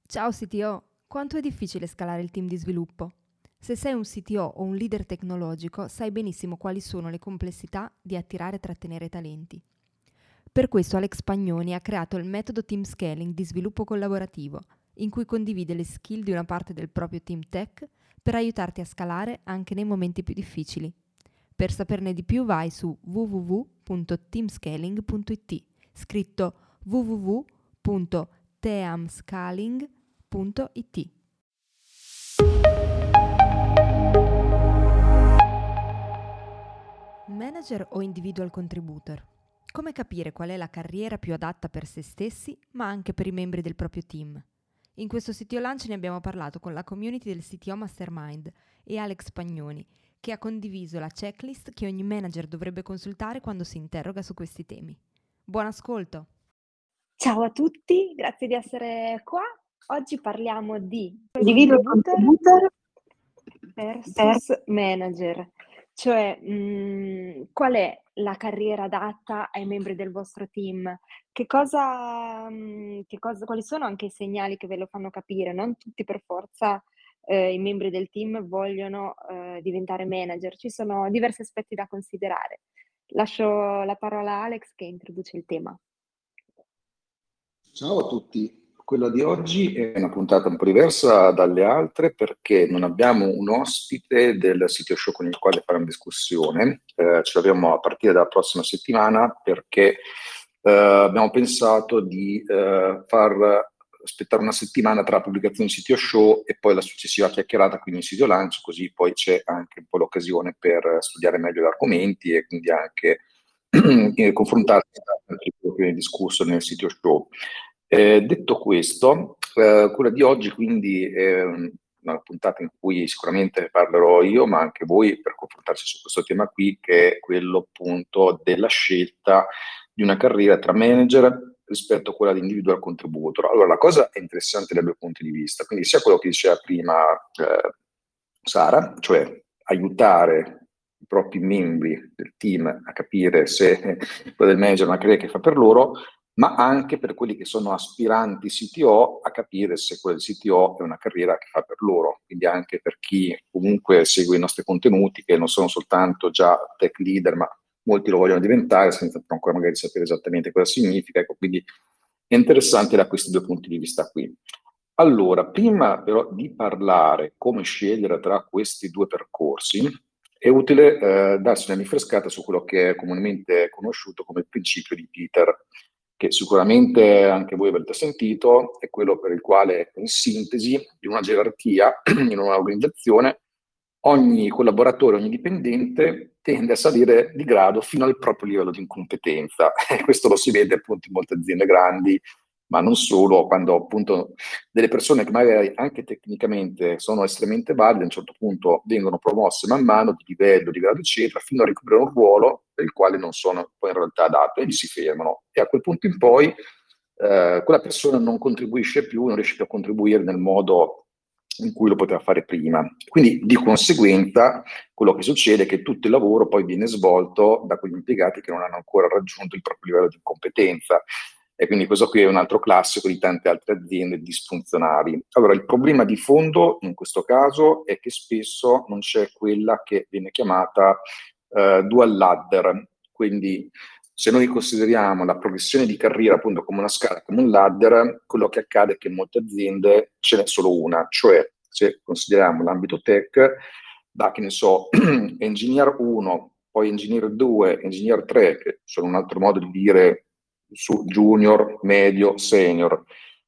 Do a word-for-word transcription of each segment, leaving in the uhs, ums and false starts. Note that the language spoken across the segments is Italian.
Ciao C T O, quanto è difficile scalare il team di sviluppo? Se sei un C T O o un leader tecnologico, sai benissimo quali sono le complessità di attirare e trattenere talenti. Per questo Alex Pagnoni ha creato il metodo Team Scaling di sviluppo collaborativo, in cui condivide le skill di una parte del proprio team tech per aiutarti a scalare anche nei momenti più difficili. Per saperne di più vai su w w w punto teamscaling punto i t, scritto w w w punto teamscaling punto i t. Manager o individual contributor? Come capire qual è la carriera più adatta per se stessi, ma anche per i membri del proprio team? In questo C T O Lunch ne abbiamo parlato con la community del C T O Mastermind e Alex Pagnoni, che ha condiviso la checklist che ogni manager dovrebbe consultare quando si interroga su questi temi. Buon ascolto! Ciao a tutti, grazie di essere qua. Oggi parliamo di Individual contributor contributor versus manager, cioè mh, qual è la carriera adatta ai membri del vostro team? Che cosa, mh, che cosa, quali sono anche i segnali che ve lo fanno capire? Non tutti per forza eh, i membri del team vogliono eh, diventare manager, ci sono diversi aspetti da considerare. Lascio la parola a Alex che introduce il tema. Ciao a tutti, quella di oggi è una puntata un po' diversa dalle altre perché non abbiamo un ospite del C T O Show con il quale fare una discussione, eh, ce l'abbiamo a partire dalla prossima settimana perché eh, abbiamo pensato di eh, far aspettare una settimana tra la pubblicazione del C T O Show e poi la successiva chiacchierata, quindi il C T O Lunch, così poi c'è anche un po' l'occasione per studiare meglio gli argomenti e quindi anche eh, confrontarsi con quello che viene discusso nel C T O Show. Eh, detto questo, eh, quella di oggi quindi è una puntata in cui sicuramente parlerò io, ma anche voi, per confrontarsi su questo tema qui, che è quello appunto della scelta di una carriera tra manager rispetto a quella di individual contributor. Allora, la cosa è interessante dai due punti di vista, quindi sia quello che diceva prima eh, Sara, cioè aiutare i propri membri del team a capire se quello del manager è una carriera che fa per loro, ma anche per quelli che sono aspiranti C T O a capire se quel C T O è una carriera che fa per loro, quindi anche per chi comunque segue i nostri contenuti, che non sono soltanto già tech leader, ma molti lo vogliono diventare senza ancora magari sapere esattamente cosa significa. Ecco, quindi è interessante da questi due punti di vista qui. Allora, prima però di parlare come scegliere tra questi due percorsi, è utile eh, darsi una rinfrescata su quello che è comunemente conosciuto come il principio di Peter, che sicuramente anche voi avete sentito, è quello per il quale, in sintesi, in una gerarchia, in un'organizzazione, ogni collaboratore, ogni dipendente tende a salire di grado fino al proprio livello di incompetenza. E questo lo si vede appunto in molte aziende grandi, ma non solo, quando appunto delle persone che magari anche tecnicamente sono estremamente valide, a un certo punto vengono promosse man mano di livello, di grado, eccetera, fino a ricoprire un ruolo per il quale non sono poi in realtà adatto e lì si fermano. E a quel punto in poi eh, quella persona non contribuisce più, non riesce più a contribuire nel modo in cui lo poteva fare prima. Quindi di conseguenza quello che succede è che tutto il lavoro poi viene svolto da quegli impiegati che non hanno ancora raggiunto il proprio livello di competenza. E quindi questo qui è un altro classico di tante altre aziende disfunzionali. Allora, il problema di fondo in questo caso è che spesso non c'è quella che viene chiamata eh, dual ladder. Quindi se noi consideriamo la progressione di carriera appunto come una scala, come un ladder, quello che accade è che in molte aziende ce n'è solo una, cioè se consideriamo l'ambito tech, da che ne so, engineer uno, poi engineer due, engineer tre, che sono un altro modo di dire su junior, medio, senior.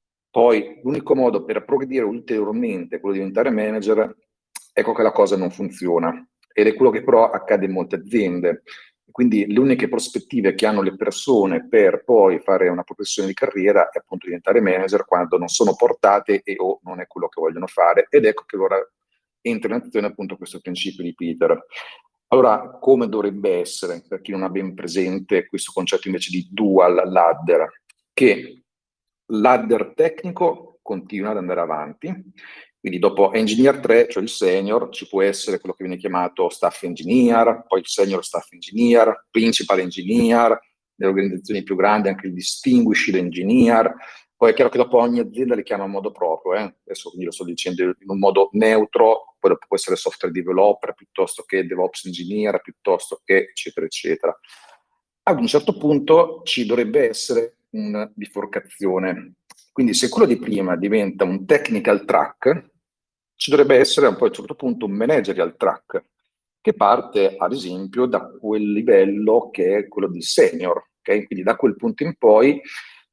Poi l'unico modo per progredire ulteriormente, quello di diventare manager, ecco che la cosa non funziona. Ed è quello che però accade in molte aziende. Quindi le uniche prospettive che hanno le persone per poi fare una progressione di carriera è appunto diventare manager quando non sono portate e o non è quello che vogliono fare. Ed ecco che allora entra in azione appunto questo principio di Peter. Allora, come dovrebbe essere, per chi non ha ben presente questo concetto invece di dual ladder, che ladder tecnico continua ad andare avanti, quindi dopo engineer tre, cioè il senior, ci può essere quello che viene chiamato staff engineer, poi il senior staff engineer, principal engineer, nelle organizzazioni più grandi anche il distinguished engineer, Poi è chiaro che dopo ogni azienda le chiama a modo proprio, eh. Adesso quindi lo sto dicendo in un modo neutro, poi dopo può essere software developer, piuttosto che DevOps engineer, piuttosto che eccetera, eccetera. Ad un certo punto ci dovrebbe essere una biforcazione. Quindi se quello di prima diventa un technical track, ci dovrebbe essere poi a un certo punto un managerial track, che parte ad esempio da quel livello che è quello di senior, ok? Quindi da quel punto in poi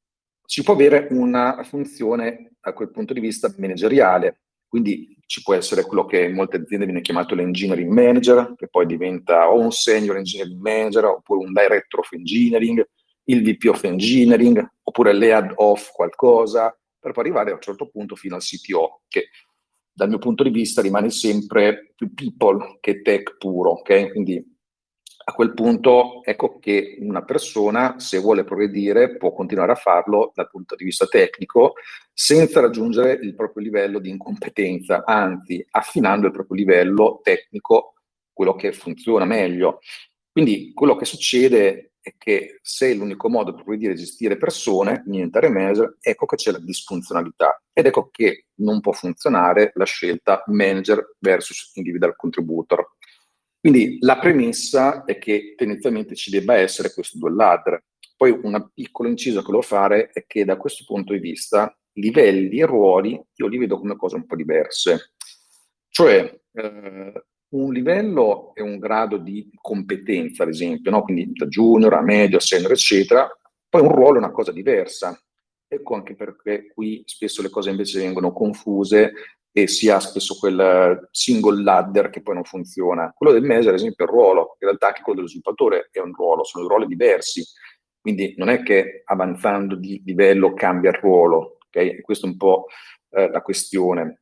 si può avere una funzione da quel punto di vista manageriale, quindi ci può essere quello che in molte aziende viene chiamato l'engineering manager, che poi diventa o un senior engineering manager, oppure un director of engineering, il V P of engineering, oppure l'head of qualcosa, per poi arrivare a un certo punto fino al C T O, che dal mio punto di vista rimane sempre più people che tech puro, ok? Quindi a quel punto ecco che una persona, se vuole progredire, può continuare a farlo dal punto di vista tecnico senza raggiungere il proprio livello di incompetenza, anzi affinando il proprio livello tecnico, quello che funziona meglio. Quindi quello che succede è che se l'unico modo per progredire è gestire persone, diventare manager, ecco che c'è la disfunzionalità ed ecco che non può funzionare la scelta manager versus individual contributor. Quindi la premessa è che tendenzialmente ci debba essere questo due ladder. Poi un piccolo inciso che volevo fare è che da questo punto di vista livelli e ruoli io li vedo come cose un po' diverse. Cioè eh, un livello è un grado di competenza, ad esempio, no? Quindi da junior a medio, a senior, eccetera. Poi un ruolo è una cosa diversa. Ecco anche perché qui spesso le cose invece vengono confuse e si ha spesso quel single ladder che poi non funziona. Quello del manager, ad esempio, è il ruolo, in realtà anche quello dello sviluppatore è un ruolo, sono due ruoli diversi, quindi non è che avanzando di livello cambia il ruolo, ok? Questa è un po' eh, la questione.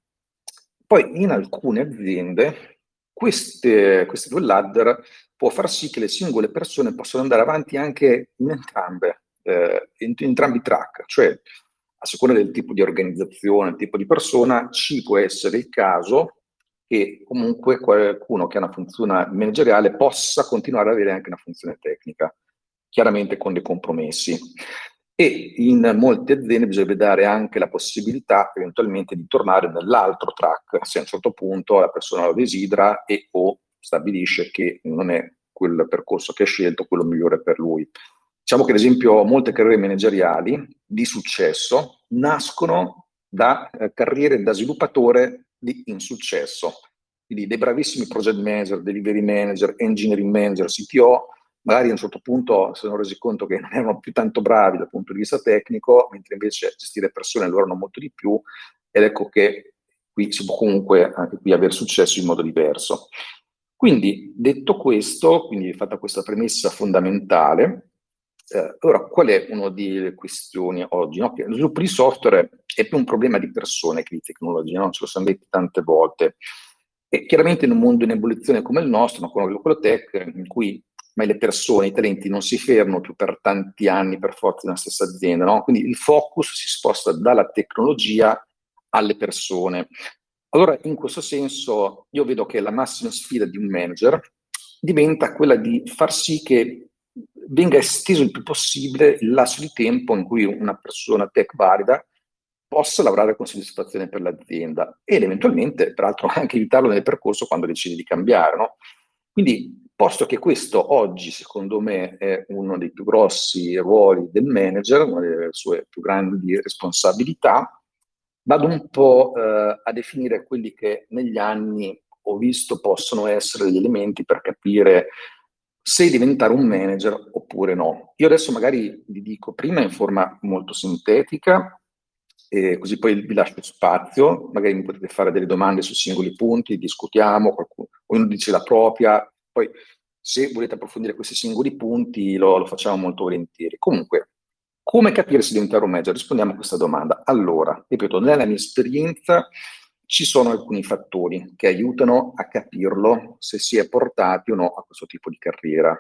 Poi in alcune aziende queste, questi due ladder può far sì che le singole persone possano andare avanti anche in entrambe, eh, in, in entrambi i track, cioè a seconda del tipo di organizzazione, del tipo di persona, ci può essere il caso che comunque qualcuno che ha una funzione manageriale possa continuare ad avere anche una funzione tecnica, chiaramente con dei compromessi. E in molte aziende bisogna dare anche la possibilità eventualmente di tornare nell'altro track, se a un certo punto la persona lo desidera e o stabilisce che non è quel percorso che ha scelto quello migliore per lui. Diciamo che ad esempio molte carriere manageriali di successo nascono da eh, carriere da sviluppatore di insuccesso, quindi dei bravissimi project manager, delivery manager, engineering manager, C T O, magari a un certo punto si sono resi conto che non erano più tanto bravi dal punto di vista tecnico, mentre invece gestire persone lo erano molto di più, ed ecco che qui si può comunque anche qui avere successo in modo diverso. Quindi, detto questo, quindi fatta questa premessa fondamentale, eh, ora qual è una delle questioni oggi? No? Che lo sviluppo di software è più un problema di persone che di tecnologia, no? Ce lo siamo detti tante volte. E chiaramente in un mondo in evoluzione come il nostro, no? quello, quello tech, in cui ma le persone, i talenti non si fermano più per tanti anni per forza nella stessa azienda, no? Quindi il focus si sposta dalla tecnologia alle persone. Allora, in questo senso, io vedo che la massima sfida di un manager diventa quella di far sì che venga esteso il più possibile il lasso di tempo in cui una persona tech valida possa lavorare con soddisfazione per l'azienda ed eventualmente, peraltro, anche evitarlo nel percorso quando decide di cambiare, no? Quindi, posto che questo oggi, secondo me, è uno dei più grossi ruoli del manager, una delle sue più grandi responsabilità, vado un po' eh, a definire quelli che negli anni ho visto possono essere degli elementi per capire se diventare un manager oppure no. Io adesso magari vi dico prima in forma molto sintetica, e così poi vi lascio spazio, magari mi potete fare delle domande su singoli punti, discutiamo, qualcuno, ognuno dice la propria, poi se volete approfondire questi singoli punti lo, lo facciamo molto volentieri. Comunque, come capire se diventare un manager? Rispondiamo a questa domanda. Allora, ripeto, nella mia esperienza ci sono alcuni fattori che aiutano a capirlo se si è portati o no a questo tipo di carriera.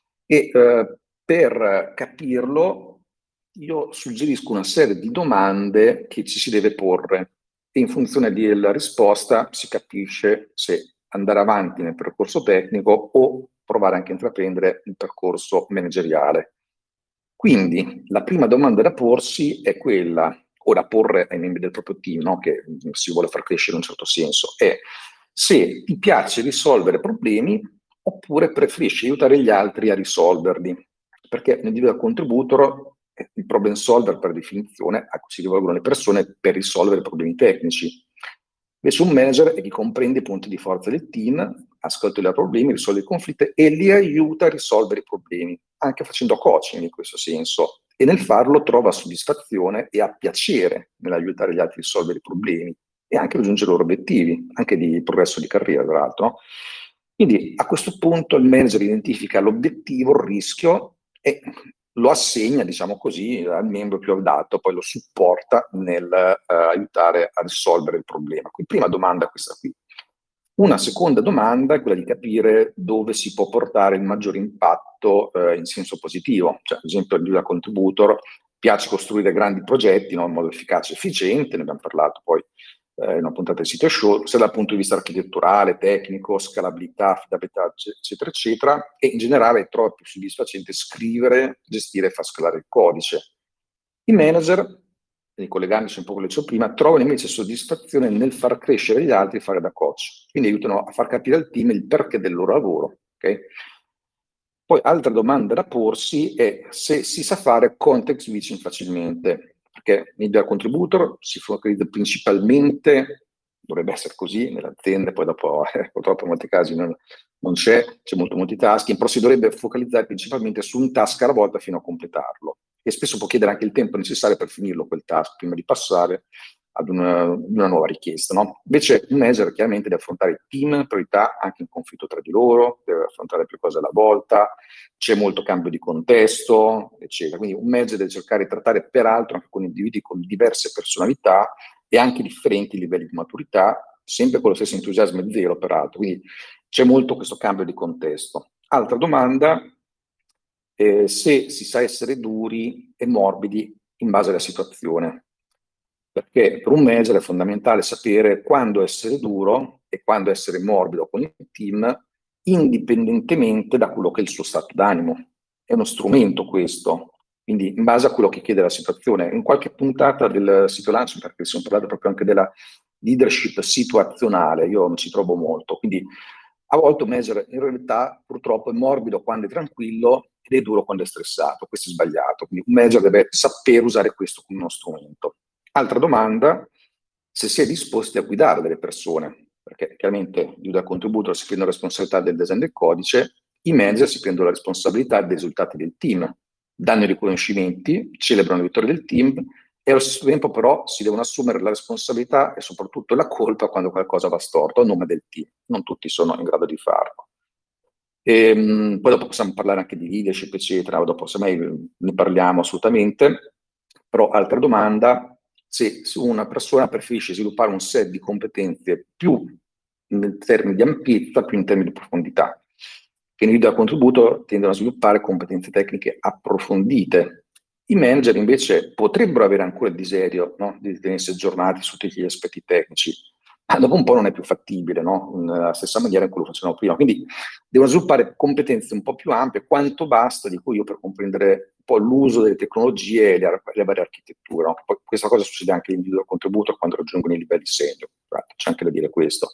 E eh, per capirlo io suggerisco una serie di domande che ci si deve porre e in funzione della risposta si capisce se andare avanti nel percorso tecnico o provare anche a intraprendere il percorso manageriale. Quindi la prima domanda da porsi è quella: o da porre ai membri del proprio team, no? Che si vuole far crescere in un certo senso, è se ti piace risolvere problemi oppure preferisci aiutare gli altri a risolverli, perché nell'individual contributor, il problem solver per definizione, a cui si rivolgono le persone per risolvere problemi tecnici. Invece un manager è chi comprende i punti di forza del team, ascolta i loro problemi, risolve i conflitti e li aiuta a risolvere i problemi, anche facendo coaching in questo senso. E nel farlo trova soddisfazione e ha piacere nell'aiutare gli altri a risolvere i problemi e anche raggiungere i loro obiettivi, anche di progresso di carriera, tra l'altro. No? Quindi a questo punto il manager identifica l'obiettivo, il rischio e lo assegna, diciamo così, al membro più adatto, poi lo supporta nel uh, aiutare a risolvere il problema. Quindi prima domanda è questa qui. Una seconda domanda è quella di capire dove si può portare il maggior impatto uh, in senso positivo. Cioè, ad esempio, il Leader Contributor piace costruire grandi progetti, no, in modo efficace e efficiente, ne abbiamo parlato poi in una puntata del sito show, sia dal punto di vista architetturale, tecnico, scalabilità, affidabilità, eccetera, eccetera, e in generale trova più soddisfacente scrivere, gestire e far scalare il codice. I manager, ricollegandosi un po' con quello che dicevo prima, trovano invece soddisfazione nel far crescere gli altri e fare da coach, quindi aiutano a far capire al team il perché del loro lavoro. Okay? Poi, altra domanda da porsi è se si sa fare context switching facilmente, perché Media Contributor si focalizza principalmente, dovrebbe essere così nelle aziende, poi dopo eh, purtroppo in molti casi non, non c'è, c'è molto multitasking, però si dovrebbe focalizzare principalmente su un task alla volta fino a completarlo, e spesso può chiedere anche il tempo necessario per finirlo quel task, prima di passare ad una, una nuova richiesta. No? Invece un manager chiaramente deve affrontare il team, priorità anche in conflitto tra di loro, deve affrontare più cose alla volta, c'è molto cambio di contesto, eccetera. Quindi un manager deve cercare di trattare peraltro anche con individui con diverse personalità e anche differenti livelli di maturità, sempre con lo stesso entusiasmo e zelo peraltro. Quindi c'è molto questo cambio di contesto. Altra domanda, eh, se si sa essere duri e morbidi in base alla situazione. Perché per un manager è fondamentale sapere quando essere duro e quando essere morbido con il team, indipendentemente da quello che è il suo stato d'animo. È uno strumento questo, quindi in base a quello che chiede la situazione. In qualche puntata del sito Lunch, perché si sono parlato proprio anche della leadership situazionale, io non ci trovo molto, quindi a volte un manager in realtà purtroppo è morbido quando è tranquillo ed è duro quando è stressato, questo è sbagliato, quindi un manager deve sapere usare questo come uno strumento. Altra domanda, se si è disposti a guidare delle persone, perché chiaramente gli da contributo si prendono la responsabilità del design del codice, i manager si prendono la responsabilità dei risultati del team, danno i riconoscimenti, celebrano le vittorie del team e allo stesso tempo però si devono assumere la responsabilità e soprattutto la colpa quando qualcosa va storto a nome del team. Non tutti sono in grado di farlo. E, mh, poi dopo possiamo parlare anche di leadership, eccetera, dopo semmai ne parliamo assolutamente, però altra domanda, se una persona preferisce sviluppare un set di competenze più in termini di ampiezza, più in termini di profondità, che nei video a contributo tendono a sviluppare competenze tecniche approfondite. I manager invece potrebbero avere ancora il desiderio, no, di tenersi aggiornati su tutti gli aspetti tecnici, ma dopo un po' non è più fattibile, no? Nella stessa maniera in cui lo facevano prima. Quindi devono sviluppare competenze un po' più ampie, quanto basta, dico io, per comprendere un po' l'uso delle tecnologie e le, le varie architetture. No? Poi questa cosa succede anche all'individuo contributo quando raggiungono i livelli senior, c'è anche da dire questo.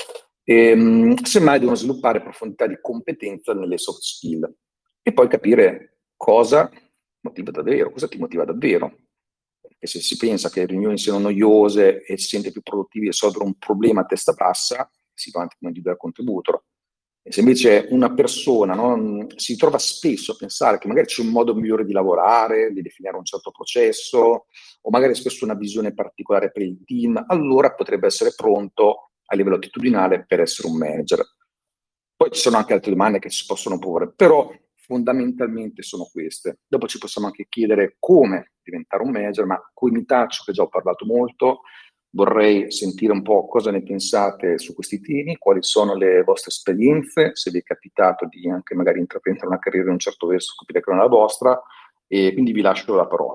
E, mh, semmai devono sviluppare profondità di competenza nelle soft skill e poi capire cosa motiva davvero, cosa ti motiva davvero. Perché se si pensa che le riunioni siano noiose e si sente più produttivi a risolvere un problema a testa bassa, si va avanti come individual contributor. E se invece una persona, no, si trova spesso a pensare che magari c'è un modo migliore di lavorare, di definire un certo processo, o magari spesso una visione particolare per il team, allora potrebbe essere pronto a livello attitudinale per essere un manager. Poi ci sono anche altre domande che si possono porre, però fondamentalmente sono queste. Dopo ci possiamo anche chiedere come diventare un manager, ma qui mi taccio, che già ho parlato molto. Vorrei sentire un po' cosa ne pensate su questi temi, quali sono le vostre esperienze, se vi è capitato di anche magari intraprendere una carriera in un certo verso, capire che non è la vostra, e quindi vi lascio la parola.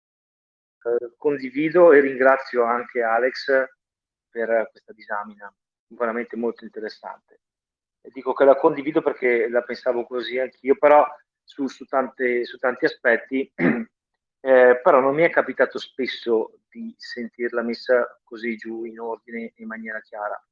Eh, condivido e ringrazio anche Alex per questa disamina, veramente molto interessante. E dico che la condivido perché la pensavo così anch'io, però su, su, tante, su tanti aspetti, eh, però non mi è capitato spesso di sentirla messa così giù in ordine in maniera chiara.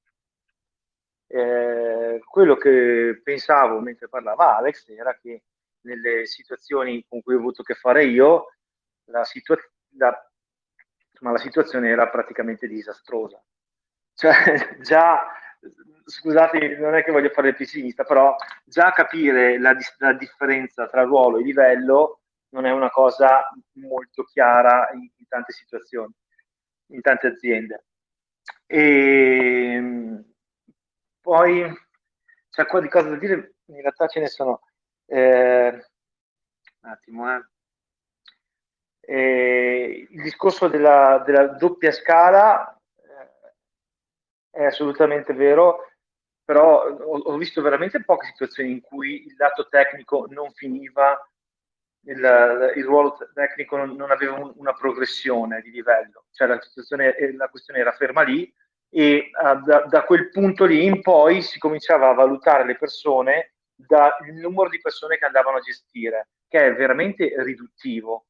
Eh, quello che pensavo mentre parlava Alex era che nelle situazioni con cui ho avuto a che fare io, la, situa- la, ma la situazione era praticamente disastrosa. Cioè, già, scusate, non è che voglio fare il pessimista, però già capire la, la differenza tra ruolo e livello non è una cosa molto chiara in, in tante situazioni, in tante aziende. E poi c'è qua di cose da dire, in realtà ce ne sono. Eh, un attimo, eh. Eh, il discorso della, della doppia scala eh, è assolutamente vero, però ho, ho visto veramente poche situazioni in cui il lato tecnico non finiva, il, il ruolo tecnico non, non aveva un, una progressione di livello, cioè la, situazione, la questione era ferma lì e uh, da, da quel punto lì in poi si cominciava a valutare le persone dal numero di persone che andavano a gestire, che è veramente riduttivo.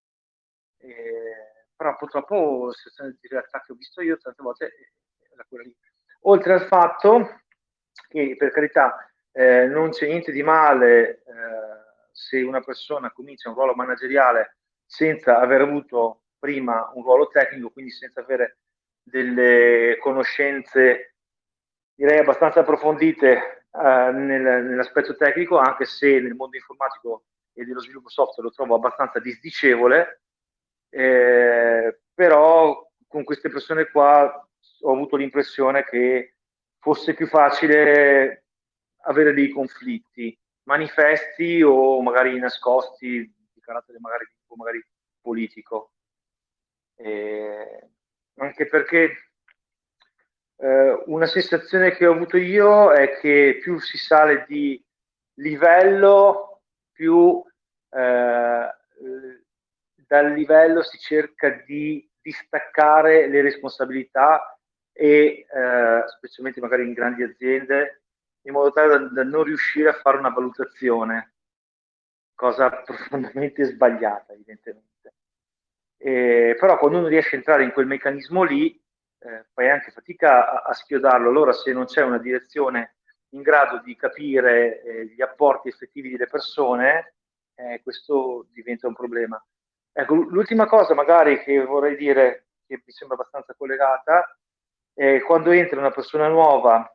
Eh, però purtroppo la situazione di realtà che ho visto io tante volte era quella lì. Oltre al fatto che, per carità, eh, non c'è niente di male eh, se una persona comincia un ruolo manageriale senza aver avuto prima un ruolo tecnico, quindi senza avere delle conoscenze direi abbastanza approfondite eh, nel, nell'aspetto tecnico, anche se nel mondo informatico e dello sviluppo software lo trovo abbastanza disdicevole, eh, però con queste persone qua ho avuto l'impressione che fosse più facile avere dei conflitti manifesti o magari nascosti di carattere magari, magari politico. Eh, anche perché eh, una sensazione che ho avuto io è che più si sale di livello, più eh, dal livello si cerca di distaccare le responsabilità e eh, specialmente magari in grandi aziende, in modo tale da, da non riuscire a fare una valutazione, cosa profondamente sbagliata evidentemente. Eh, però quando uno riesce a entrare in quel meccanismo lì, eh, fai anche fatica a, a schiodarlo. Allora se non c'è una direzione in grado di capire eh, gli apporti effettivi delle persone, eh, questo diventa un problema. Ecco, l'ultima cosa magari che vorrei dire, che mi sembra abbastanza collegata, è quando entra una persona nuova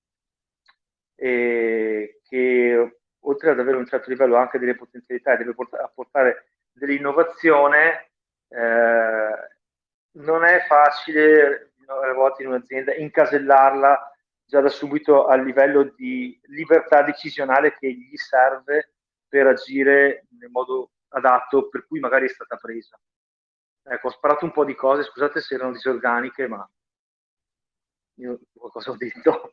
eh, che oltre ad avere un certo livello anche delle potenzialità e deve portare, apportare dell'innovazione, eh, non è facile a volte in un'azienda incasellarla già da subito a livello di libertà decisionale che gli serve per agire nel modo adatto per cui magari è stata presa. Ecco, ho sparato un po' di cose, scusate se erano disorganiche, ma io qualcosa ho detto.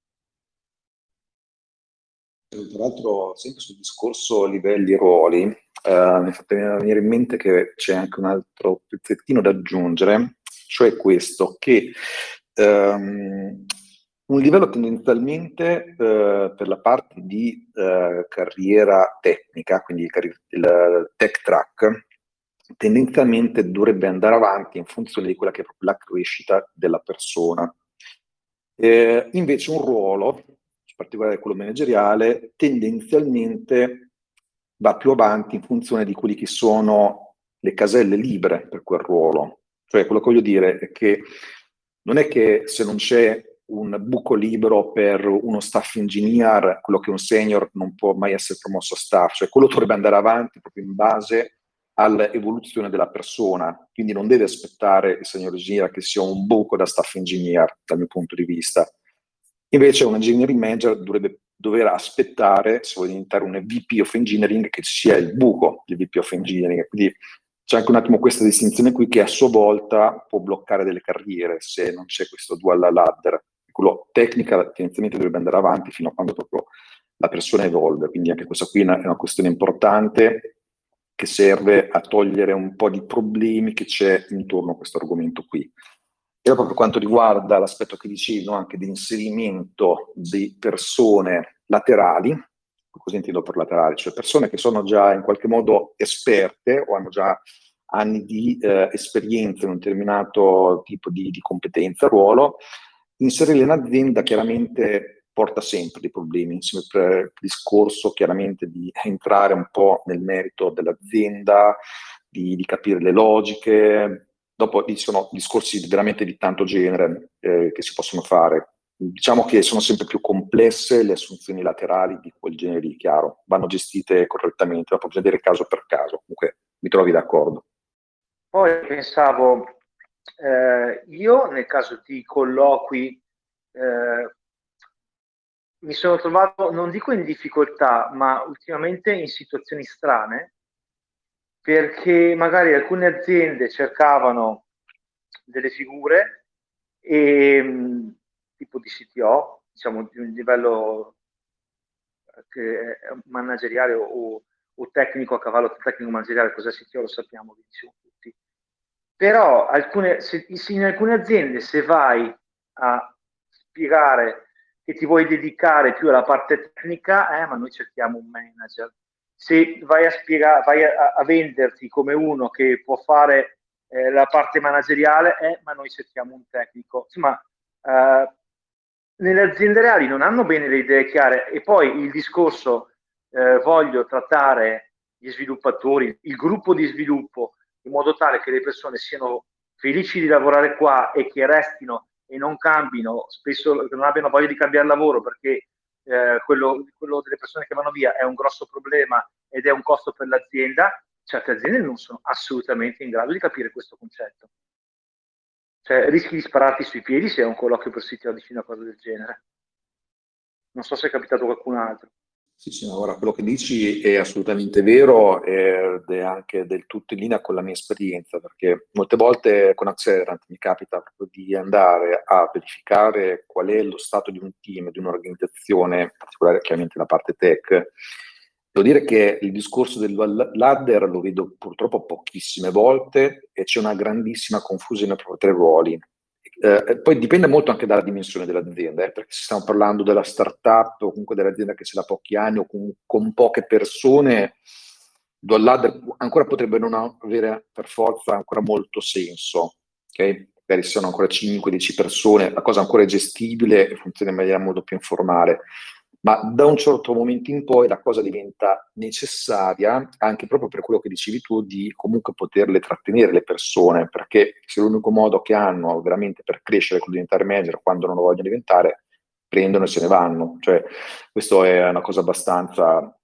Tra l'altro, sempre sul discorso livelli e ruoli, eh, mi fa venire in mente che c'è anche un altro pezzettino da aggiungere, cioè questo, che ehm, un livello tendenzialmente eh, per la parte di eh, carriera tecnica, quindi il, carri- il tech track, tendenzialmente dovrebbe andare avanti in funzione di quella che è proprio la crescita della persona. Eh, invece un ruolo, in particolare quello manageriale, tendenzialmente va più avanti in funzione di quelli che sono le caselle libere per quel ruolo. Cioè, quello che voglio dire è che non è che se non c'è un buco libero per uno staff engineer, quello che è un senior non può mai essere promosso a staff, cioè quello dovrebbe andare avanti proprio in base all'evoluzione della persona, quindi non deve aspettare il senior engineer che sia un buco da staff engineer dal mio punto di vista. Invece un engineering manager dovrebbe dover aspettare, se vuole diventare un V P of engineering, che sia il buco di V P of engineering. Quindi c'è anche un attimo questa distinzione qui che a sua volta può bloccare delle carriere se non c'è questo dual ladder. Quello tecnica tendenzialmente dovrebbe andare avanti fino a quando proprio la persona evolve, quindi anche questa qui è una, è una questione importante che serve a togliere un po' di problemi che c'è intorno a questo argomento qui. E proprio per quanto riguarda l'aspetto che dicevi, no, anche di inserimento di persone laterali, cosa intendo per laterali? Cioè persone che sono già in qualche modo esperte o hanno già anni di eh, esperienza in un determinato tipo di, di competenza, ruolo, inserirli in azienda chiaramente porta sempre dei problemi, sempre il discorso chiaramente di entrare un po' nel merito dell'azienda, di, di capire le logiche. Dopo ci sono discorsi veramente di tanto genere eh, che si possono fare. Diciamo che sono sempre più complesse le assunzioni laterali di quel genere lì, chiaro, vanno gestite correttamente, dopo bisogna vedere caso per caso. Comunque mi trovi d'accordo. Poi pensavo, eh, io nel caso di colloqui eh, mi sono trovato, non dico in difficoltà, ma ultimamente in situazioni strane, perché magari alcune aziende cercavano delle figure e, mh, tipo di C T O, diciamo di un livello che è manageriale o, o tecnico a cavallo tecnico manageriale, cos'è C T O lo sappiamo benissimo tutti. Però alcune, se, in alcune aziende se vai a spiegare che ti vuoi dedicare più alla parte tecnica, eh, ma noi cerchiamo un manager. Se vai a spiegare, vai a, a venderti come uno che può fare eh, la parte manageriale, eh, ma noi cerchiamo un tecnico. Insomma, eh, nelle aziende reali non hanno bene le idee chiare e poi il discorso eh, voglio trattare gli sviluppatori, il gruppo di sviluppo in modo tale che le persone siano felici di lavorare qua e che restino e non cambino, spesso che non abbiano voglia di cambiare lavoro perché eh, quello, quello delle persone che vanno via è un grosso problema ed è un costo per l'azienda. Certe aziende non sono assolutamente in grado di capire questo concetto. Cioè, rischi di spararti sui piedi se è un colloquio per sito dici una cosa del genere. Non so se è capitato a qualcun altro. Sì, sì, no, ora quello che dici è assolutamente vero ed è anche del tutto in linea con la mia esperienza, perché molte volte con Accelerant mi capita proprio di andare a verificare qual è lo stato di un team, di un'organizzazione, in particolare chiaramente la parte tech. Devo dire che il discorso del ladder lo vedo purtroppo pochissime volte e c'è una grandissima confusione proprio tra i ruoli. Eh, poi dipende molto anche dalla dimensione dell'azienda, eh, perché se stiamo parlando della startup o comunque dell'azienda che ce l'ha pochi anni o con, con poche persone, il ladder ancora potrebbe non avere per forza ancora molto senso, ok? Magari se sono ancora cinque dieci persone, la cosa ancora è gestibile e funziona in maniera molto più informale. Ma da un certo momento in poi la cosa diventa necessaria anche proprio per quello che dicevi tu, di comunque poterle trattenere le persone, perché se l'unico modo che hanno veramente per crescere e diventare manager quando non lo vogliono diventare, prendono e se ne vanno. Cioè, questo è una cosa abbastanza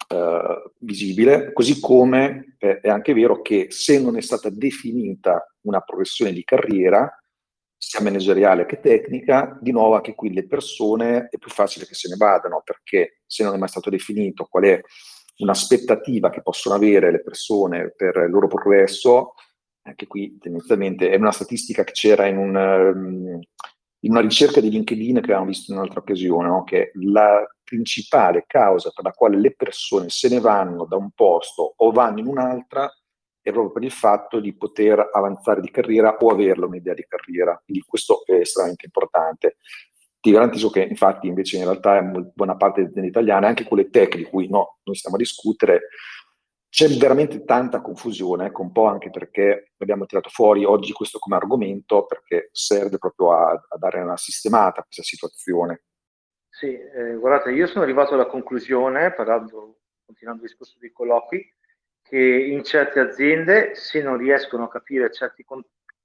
eh, visibile, così come eh, è anche vero che se non è stata definita una progressione di carriera, sia manageriale che tecnica, di nuovo anche qui le persone è più facile che se ne vadano, perché se non è mai stato definito qual è un'aspettativa che possono avere le persone per il loro progresso, anche qui tendenzialmente è una statistica che c'era in, un, um, in una ricerca di LinkedIn che avevamo visto in un'altra occasione, no? Che la principale causa per la quale le persone se ne vanno da un posto o vanno in un'altra è proprio per il fatto di poter avanzare di carriera o averla un'idea di carriera. Quindi questo è estremamente importante. Ti garantisco che infatti invece in realtà è buona parte delle aziende italiane, anche quelle tech di cui no, noi stiamo a discutere, c'è veramente tanta confusione, ecco, un po' anche perché abbiamo tirato fuori oggi questo come argomento, perché serve proprio a, a dare una sistemata a questa situazione. Sì, eh, guardate, io sono arrivato alla conclusione, parlando, continuando il discorso dei colloqui, che in certe aziende, se non riescono a capire certi con-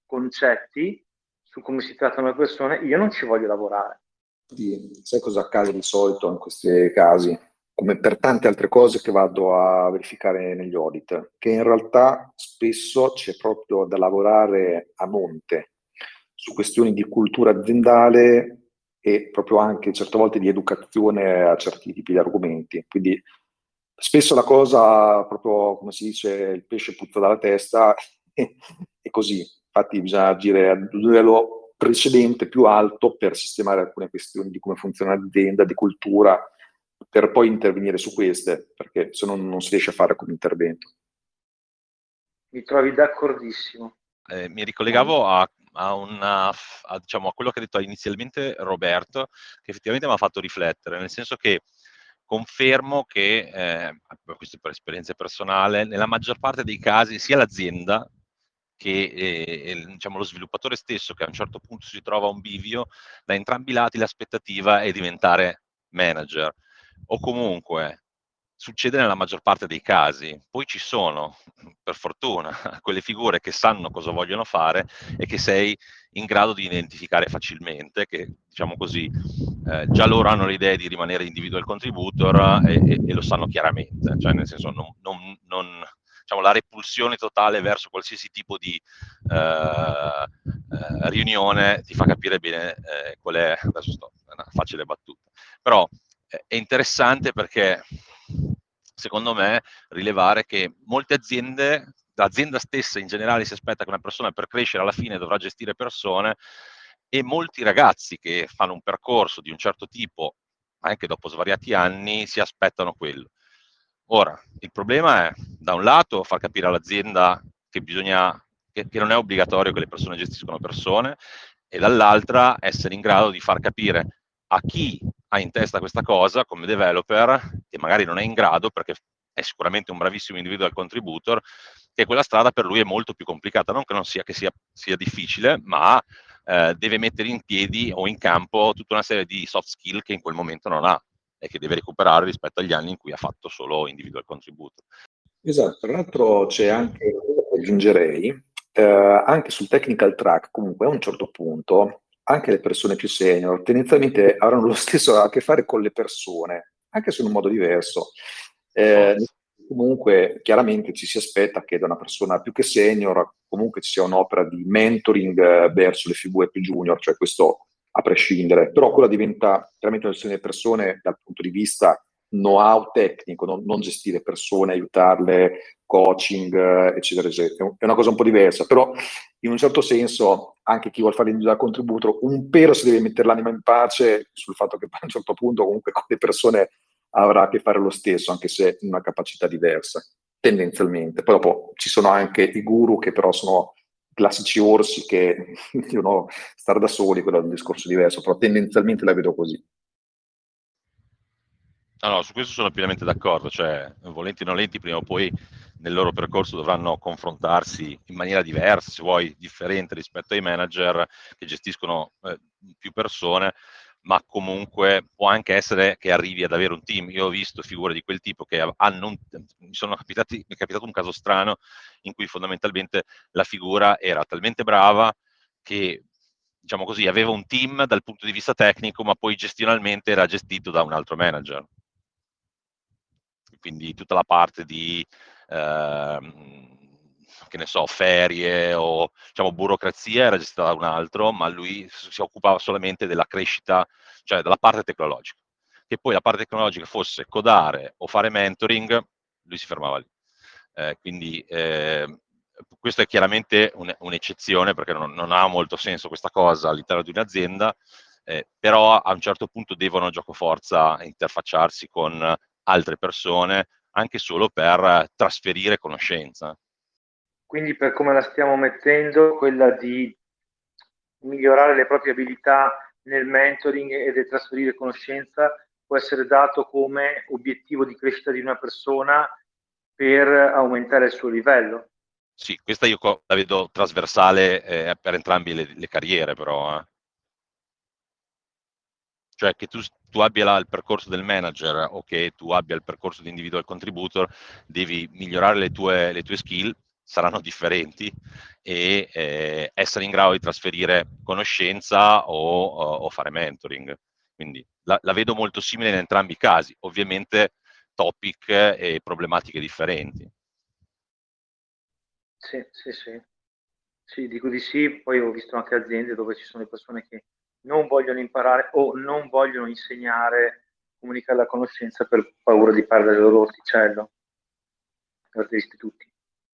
concetti su come si trattano le persone, io non ci voglio lavorare. Sì, sai cosa accade di solito in questi casi? Come per tante altre cose che vado a verificare negli audit, che in realtà spesso c'è proprio da lavorare a monte su questioni di cultura aziendale e proprio anche certe volte di educazione a certi tipi di argomenti. Quindi spesso la cosa, proprio come si dice, il pesce puzza dalla testa, è così. Infatti bisogna agire a un livello precedente, più alto, per sistemare alcune questioni di come funziona l'azienda, di cultura, per poi intervenire su queste, perché se no non si riesce a fare come intervento. Mi trovi d'accordissimo. Eh, mi ricollegavo a, a, una, a, diciamo, a quello che ha detto inizialmente Roberto, che effettivamente mi ha fatto riflettere, nel senso che confermo che, eh, questo per esperienza personale, nella maggior parte dei casi sia l'azienda che eh, diciamo, lo sviluppatore stesso, che a un certo punto si trova a un bivio, da entrambi i lati l'aspettativa è diventare manager, o comunque succede nella maggior parte dei casi. Poi ci sono, per fortuna, quelle figure che sanno cosa vogliono fare e che sei in grado di identificare facilmente, che diciamo così, eh, già loro hanno l'idea di rimanere individual contributor e, e, e lo sanno chiaramente, cioè nel senso non, non, non diciamo, la repulsione totale verso qualsiasi tipo di eh, eh, riunione ti fa capire bene eh, qual è, adesso sto, è una facile battuta, però eh, è interessante perché secondo me rilevare che molte aziende, l'azienda stessa in generale si aspetta che una persona per crescere alla fine dovrà gestire persone, e molti ragazzi che fanno un percorso di un certo tipo, anche dopo svariati anni, si aspettano quello. Ora, il problema è, da un lato, far capire all'azienda che bisogna, che, che non è obbligatorio che le persone gestiscono persone, e dall'altra essere in grado di far capire a chi ha in testa questa cosa come developer, che magari non è in grado, perché è sicuramente un bravissimo individual contributor, che quella strada per lui è molto più complicata, non che non sia, che sia, sia difficile, ma eh, deve mettere in piedi o in campo tutta una serie di soft skill che in quel momento non ha e che deve recuperare rispetto agli anni in cui ha fatto solo individual contributor. Esatto, tra l'altro c'è anche, aggiungerei, eh, anche sul technical track, comunque a un certo punto, anche le persone più senior tendenzialmente avranno lo stesso a che fare con le persone, anche se in un modo diverso. Eh, comunque, chiaramente ci si aspetta che da una persona più che senior comunque ci sia un'opera di mentoring eh, verso le figure più junior, cioè questo a prescindere, però quella diventa chiaramente una questione di persone dal punto di vista know-how tecnico, non, non gestire persone, aiutarle, coaching, eh, eccetera, eccetera. È una cosa un po' diversa, però in un certo senso anche chi vuole fare l'individual contributor un pelo si deve mettere l'anima in pace sul fatto che a un certo punto comunque con le persone avrà a che fare lo stesso, anche se in una capacità diversa, tendenzialmente. Poi dopo ci sono anche i guru che però sono classici orsi che devono stare da soli, quello è un discorso diverso, però tendenzialmente la vedo così. No, no, su questo sono pienamente d'accordo, cioè volenti o nolenti prima o poi nel loro percorso dovranno confrontarsi in maniera diversa, se vuoi differente rispetto ai manager che gestiscono eh, più persone, ma comunque può anche essere che arrivi ad avere un team. Io ho visto figure di quel tipo che hanno un, mi sono capitati, mi è capitato un caso strano in cui fondamentalmente la figura era talmente brava che, diciamo così, aveva un team dal punto di vista tecnico, ma poi gestionalmente era gestito da un altro manager. Quindi tutta la parte di, ehm, che ne so, ferie o diciamo burocrazia era gestita da un altro, ma lui si occupava solamente della crescita, cioè della parte tecnologica. Che poi la parte tecnologica fosse codare o fare mentoring, lui si fermava lì. Eh, quindi eh, questo è chiaramente un, un'eccezione, perché non, non ha molto senso questa cosa all'interno di un'azienda, eh, però a un certo punto devono giocoforza interfacciarsi con altre persone, anche solo per trasferire conoscenza. Quindi per come la stiamo mettendo, quella di migliorare le proprie abilità nel mentoring e del trasferire conoscenza può essere dato come obiettivo di crescita di una persona per aumentare il suo livello. Sì, questa io la vedo trasversale eh, per entrambe le, le carriere, però. Eh. Cioè che tu, tu abbia la, il percorso del manager o che tu abbia il percorso di individual contributor, devi migliorare le tue, le tue skill, saranno differenti, e eh, essere in grado di trasferire conoscenza o, o fare mentoring. Quindi la, la vedo molto simile in entrambi i casi, ovviamente topic e problematiche differenti. Sì, sì, sì. Sì, dico di sì, poi ho visto anche aziende dove ci sono le persone che non vogliono imparare o non vogliono insegnare, comunicare la conoscenza per paura di perdere il loro orticello. Avete visti tutti.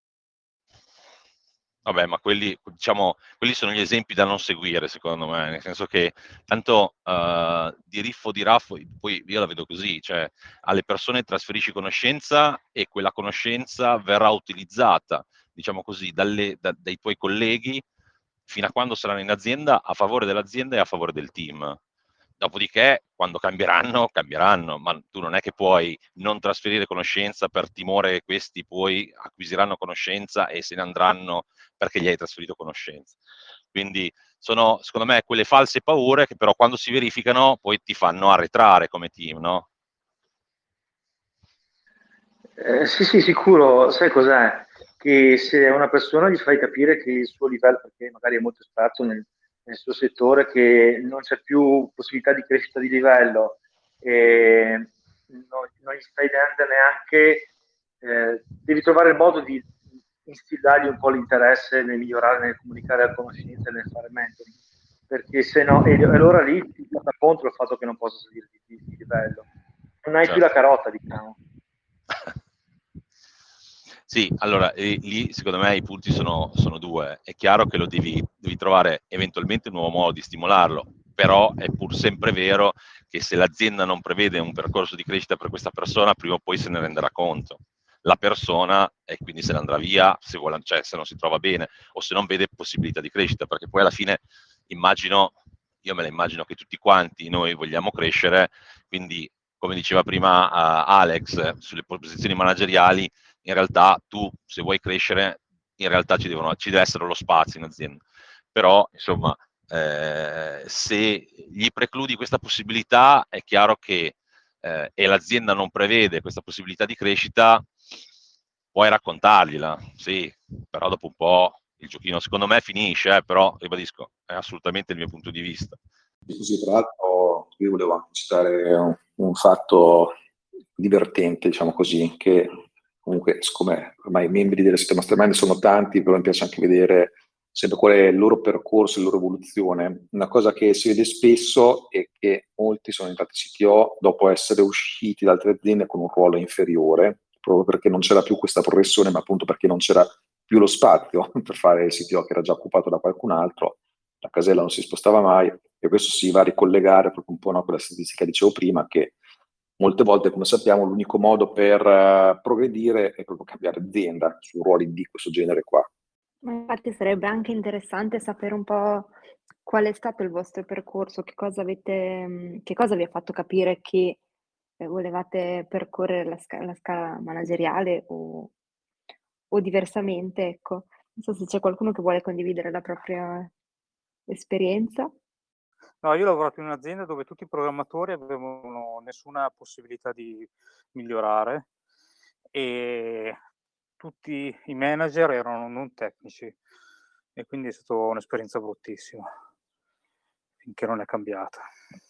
Vabbè, ma quelli, diciamo, quelli sono gli esempi da non seguire, secondo me, nel senso che tanto uh, di riffo di raffo, poi io la vedo così, cioè alle persone trasferisci conoscenza e quella conoscenza verrà utilizzata, diciamo così, dalle, da, dai tuoi colleghi fino a quando saranno in azienda a favore dell'azienda e a favore del team. Dopodiché, quando cambieranno, cambieranno, ma tu non è che puoi non trasferire conoscenza per timore che questi poi acquisiranno conoscenza e se ne andranno perché gli hai trasferito conoscenza. Quindi sono, secondo me, quelle false paure che però quando si verificano poi ti fanno arretrare come team, no? Eh, sì, sì, sicuro. Sai cos'è? Che se a una persona gli fai capire che il suo livello, perché magari è molto esperto nel, nel suo settore, che non c'è più possibilità di crescita di livello, e non, non gli stai dando neanche, eh, devi trovare il modo di instillargli un po' l'interesse nel migliorare, nel comunicare la conoscenza e nel fare mentoring. Perché se no, e, e allora lì ti gioca contro il fatto che non possa salire di, di, di livello. Non hai più la Certo. carota, diciamo. Sì, allora eh, lì secondo me i punti sono, sono due. È chiaro che lo devi, devi trovare eventualmente un nuovo modo di stimolarlo, però è pur sempre vero che se l'azienda non prevede un percorso di crescita per questa persona, prima o poi se ne renderà conto. La persona e quindi se ne andrà via se, vuole, cioè, se non si trova bene o se non vede possibilità di crescita, perché poi alla fine immagino, io me la immagino che tutti quanti noi vogliamo crescere, quindi come diceva prima uh, Alex, sulle posizioni manageriali, in realtà tu, se vuoi crescere, in realtà ci, devono, ci deve essere lo spazio in azienda. Però, insomma, eh, se gli precludi questa possibilità, è chiaro che eh, e l'azienda non prevede questa possibilità di crescita, puoi raccontargliela, sì, però dopo un po' il giochino secondo me finisce, eh, però ribadisco, è assolutamente il mio punto di vista. Così, tra l'altro, io volevo anche citare un, un fatto divertente, diciamo così, che comunque, siccome ormai i membri del Sistema Mastermind sono tanti, però mi piace anche vedere sempre qual è il loro percorso, la loro evoluzione. Una cosa che si vede spesso è che molti sono diventati C T O dopo essere usciti da altre aziende con un ruolo inferiore, proprio perché non c'era più questa progressione, ma appunto perché non c'era più lo spazio per fare il C T O che era già occupato da qualcun altro, la casella non si spostava mai, e questo si va a ricollegare proprio un po' a quella statistica che dicevo prima, che molte volte, come sappiamo, l'unico modo per uh, progredire è proprio cambiare azienda su ruoli di questo genere qua. Ma infatti sarebbe anche interessante sapere un po' qual è stato il vostro percorso, che cosa avete, che cosa vi ha fatto capire che eh, volevate percorrere la, sca- la scala manageriale o, o diversamente, ecco. Non so se c'è qualcuno che vuole condividere la propria esperienza. No, io ho lavorato in un'azienda dove tutti i programmatori avevano nessuna possibilità di migliorare e tutti i manager erano non tecnici e quindi è stata un'esperienza bruttissima finché non è cambiata.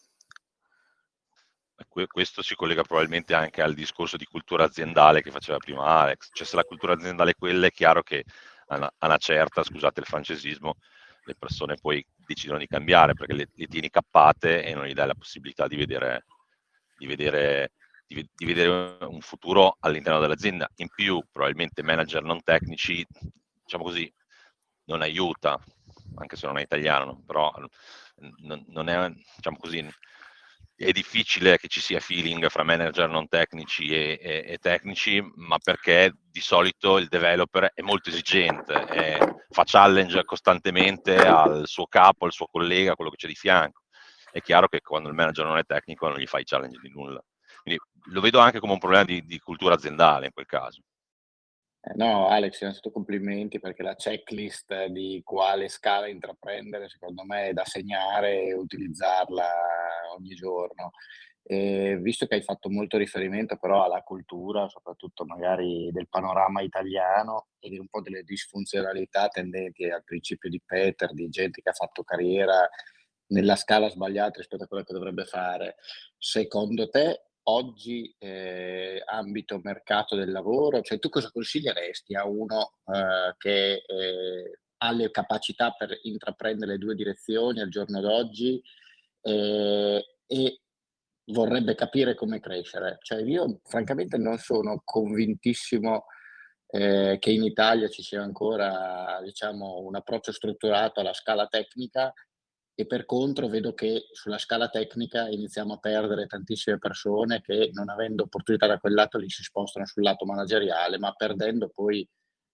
Questo si collega probabilmente anche al discorso di cultura aziendale che faceva prima Alex. Cioè, se la cultura aziendale è quella, è chiaro che a una, a una certa, scusate il francesismo, le persone poi decidono di cambiare perché le, le tieni cappate e non gli dai la possibilità di vedere, di vedere, di, di vedere un futuro all'interno dell'azienda. In più, probabilmente manager non tecnici, diciamo così, non aiuta, anche se non è italiano, però non, non è, diciamo così, è difficile che ci sia feeling fra manager non tecnici e, e, e tecnici, ma perché di solito il developer è molto esigente, e fa challenge costantemente al suo capo, al suo collega, quello che c'è di fianco. È chiaro che quando il manager non è tecnico non gli fai challenge di nulla. Quindi lo vedo anche come un problema di, di cultura aziendale in quel caso. Eh, no, Alex, innanzitutto complimenti perché la checklist di quale scala intraprendere, secondo me, è da segnare e utilizzarla ogni giorno. E visto che hai fatto molto riferimento però alla cultura, soprattutto magari del panorama italiano e di un po' delle disfunzionalità tendenti al principio di Peter, di gente che ha fatto carriera nella scala sbagliata rispetto a quello che dovrebbe fare, secondo te oggi eh, ambito mercato del lavoro, cioè tu cosa consiglieresti a uno eh, che eh, ha le capacità per intraprendere le due direzioni al giorno d'oggi eh, e vorrebbe capire come crescere? Cioè io francamente non sono convintissimo eh, che in Italia ci sia ancora, diciamo, un approccio strutturato alla scala tecnica, e per contro vedo che sulla scala tecnica iniziamo a perdere tantissime persone che, non avendo opportunità da quel lato lì, si spostano sul lato manageriale, ma perdendo poi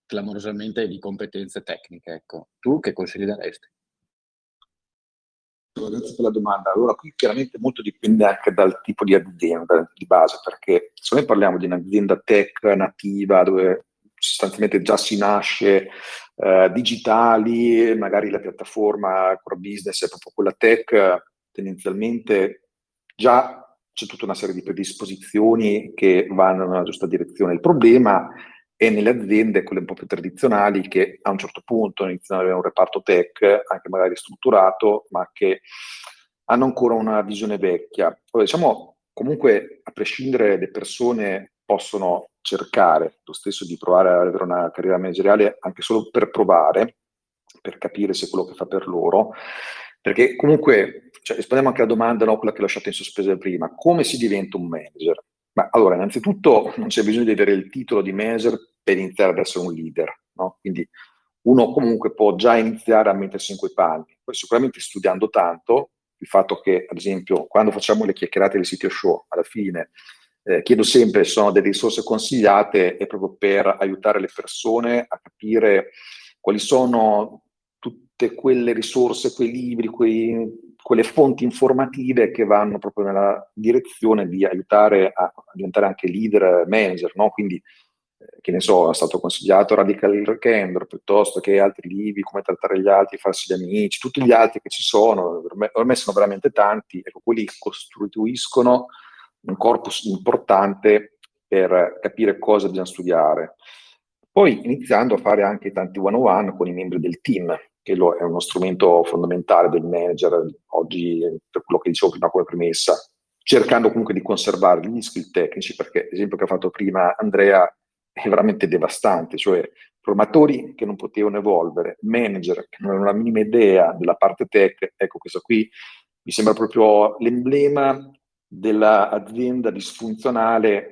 clamorosamente di competenze tecniche. Ecco, tu che consigli daresti? Grazie per la domanda. Allora, qui chiaramente molto dipende anche dal tipo di azienda di base, perché se noi parliamo di un'azienda tech nativa dove sostanzialmente già si nasce eh, digitali, magari la piattaforma core business è proprio quella tech, tendenzialmente già c'è tutta una serie di predisposizioni che vanno nella giusta direzione. Il problema è nelle aziende, quelle un po' più tradizionali, che a un certo punto iniziano ad avere un reparto tech, anche magari strutturato, ma che hanno ancora una visione vecchia. Poi, diciamo, comunque, a prescindere, le persone possono cercare lo stesso di provare ad avere una carriera manageriale anche solo per provare, per capire se è quello che fa per loro, perché comunque, cioè, rispondiamo anche alla domanda, no, quella che ho lasciato in sospeso prima: come si diventa un manager? Ma allora, innanzitutto non c'è bisogno di avere il titolo di manager per iniziare ad essere un leader, no? Quindi uno comunque può già iniziare a mettersi in quei panni, poi sicuramente studiando tanto. Il fatto che, ad esempio, quando facciamo le chiacchierate del sito show, alla fine eh, chiedo sempre se sono delle risorse consigliate, è proprio per aiutare le persone a capire quali sono tutte quelle risorse, quei libri, quei, quelle fonti informative che vanno proprio nella direzione di aiutare a, a diventare anche leader, manager, no? Quindi, eh, che ne so, è stato consigliato Radical Candor, piuttosto che altri libri, come trattare gli altri, farsi gli amici, tutti gli altri che ci sono, ormai, ormai sono veramente tanti, ecco, quelli costituiscono un corpus importante per capire cosa bisogna studiare. Poi iniziando a fare anche tanti one-on-one con i membri del team, che lo è uno strumento fondamentale del manager oggi, per quello che dicevo prima come premessa, cercando comunque di conservare gli skill tecnici, perché l'esempio che ha fatto prima Andrea è veramente devastante, cioè formatori che non potevano evolvere, manager che non avevano la minima idea della parte tech. Ecco, questo qui mi sembra proprio l'emblema dell'azienda disfunzionale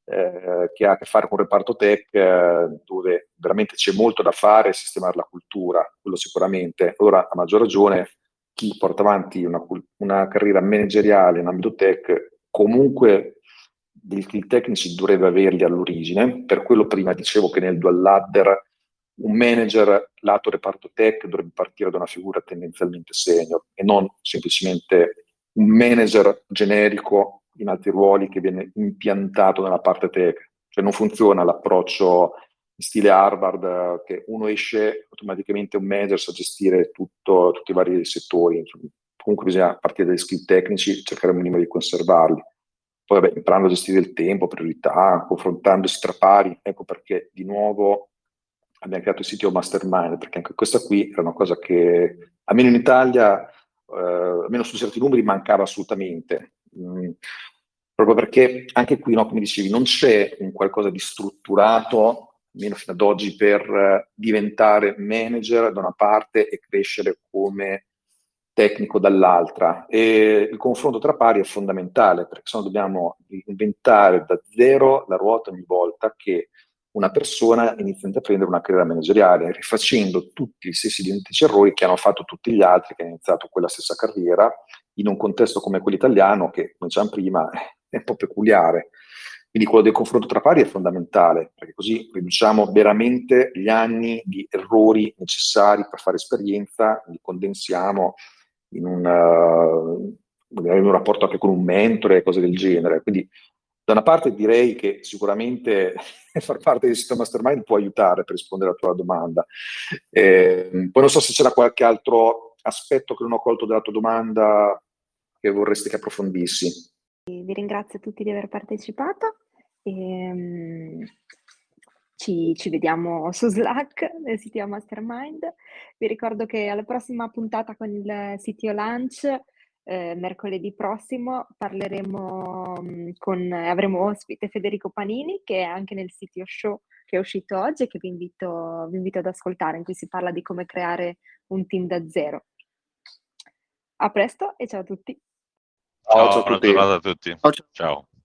eh, che ha a che fare con il reparto tech, eh, dove veramente c'è molto da fare, sistemare la cultura, quello sicuramente. Ora, a maggior ragione, chi porta avanti una, una carriera manageriale in ambito tech, comunque degli skill tecnici dovrebbe averli all'origine. Per quello prima dicevo che nel dual ladder un manager lato reparto tech dovrebbe partire da una figura tendenzialmente senior e non semplicemente un manager generico in altri ruoli che viene impiantato nella parte tech. Cioè non funziona l'approccio in stile Harvard, che uno esce automaticamente un manager sa gestire tutto, tutti i vari settori. Comunque bisogna partire dagli skill tecnici, cercare un minimo di conservarli. Poi vabbè, imparando a gestire il tempo, priorità, confrontandosi tra pari. Ecco perché di nuovo abbiamo creato il sito Mastermind, perché anche questa qui era una cosa che, almeno in Italia, eh, almeno su certi numeri, mancava assolutamente. Mm, proprio perché anche qui, no, come dicevi, non c'è un qualcosa di strutturato, almeno fino ad oggi, per eh, diventare manager da una parte e crescere come tecnico dall'altra. E il confronto tra pari è fondamentale, perché se no dobbiamo inventare da zero la ruota ogni volta che una persona inizia a intraprendere una carriera manageriale, rifacendo tutti gli stessi identici errori che hanno fatto tutti gli altri che hanno iniziato quella stessa carriera, in un contesto come quello italiano, che, come dicevamo prima, è un po' peculiare. Quindi quello del confronto tra pari è fondamentale, perché così riduciamo veramente gli anni di errori necessari per fare esperienza, li condensiamo in un, uh, in un rapporto anche con un mentore e cose del genere. Quindi da una parte direi che sicuramente far parte del sito Mastermind può aiutare per rispondere alla tua domanda. Eh, poi non so se c'era qualche altro aspetto che non ho colto della tua domanda che vorresti che approfondissi. Vi ringrazio tutti di aver partecipato e um, ci, ci vediamo su Slack nel sito Mastermind. Vi ricordo che alla prossima puntata con il sito Lunch, Eh, mercoledì prossimo, parleremo um, con, avremo ospite Federico Panini, che è anche nel sito show che è uscito oggi e che vi invito, vi invito ad ascoltare, in cui si parla di come creare un team da zero. A presto e ciao a tutti. Ciao, ciao, buona giornata a tutti. Ciao. Ciao.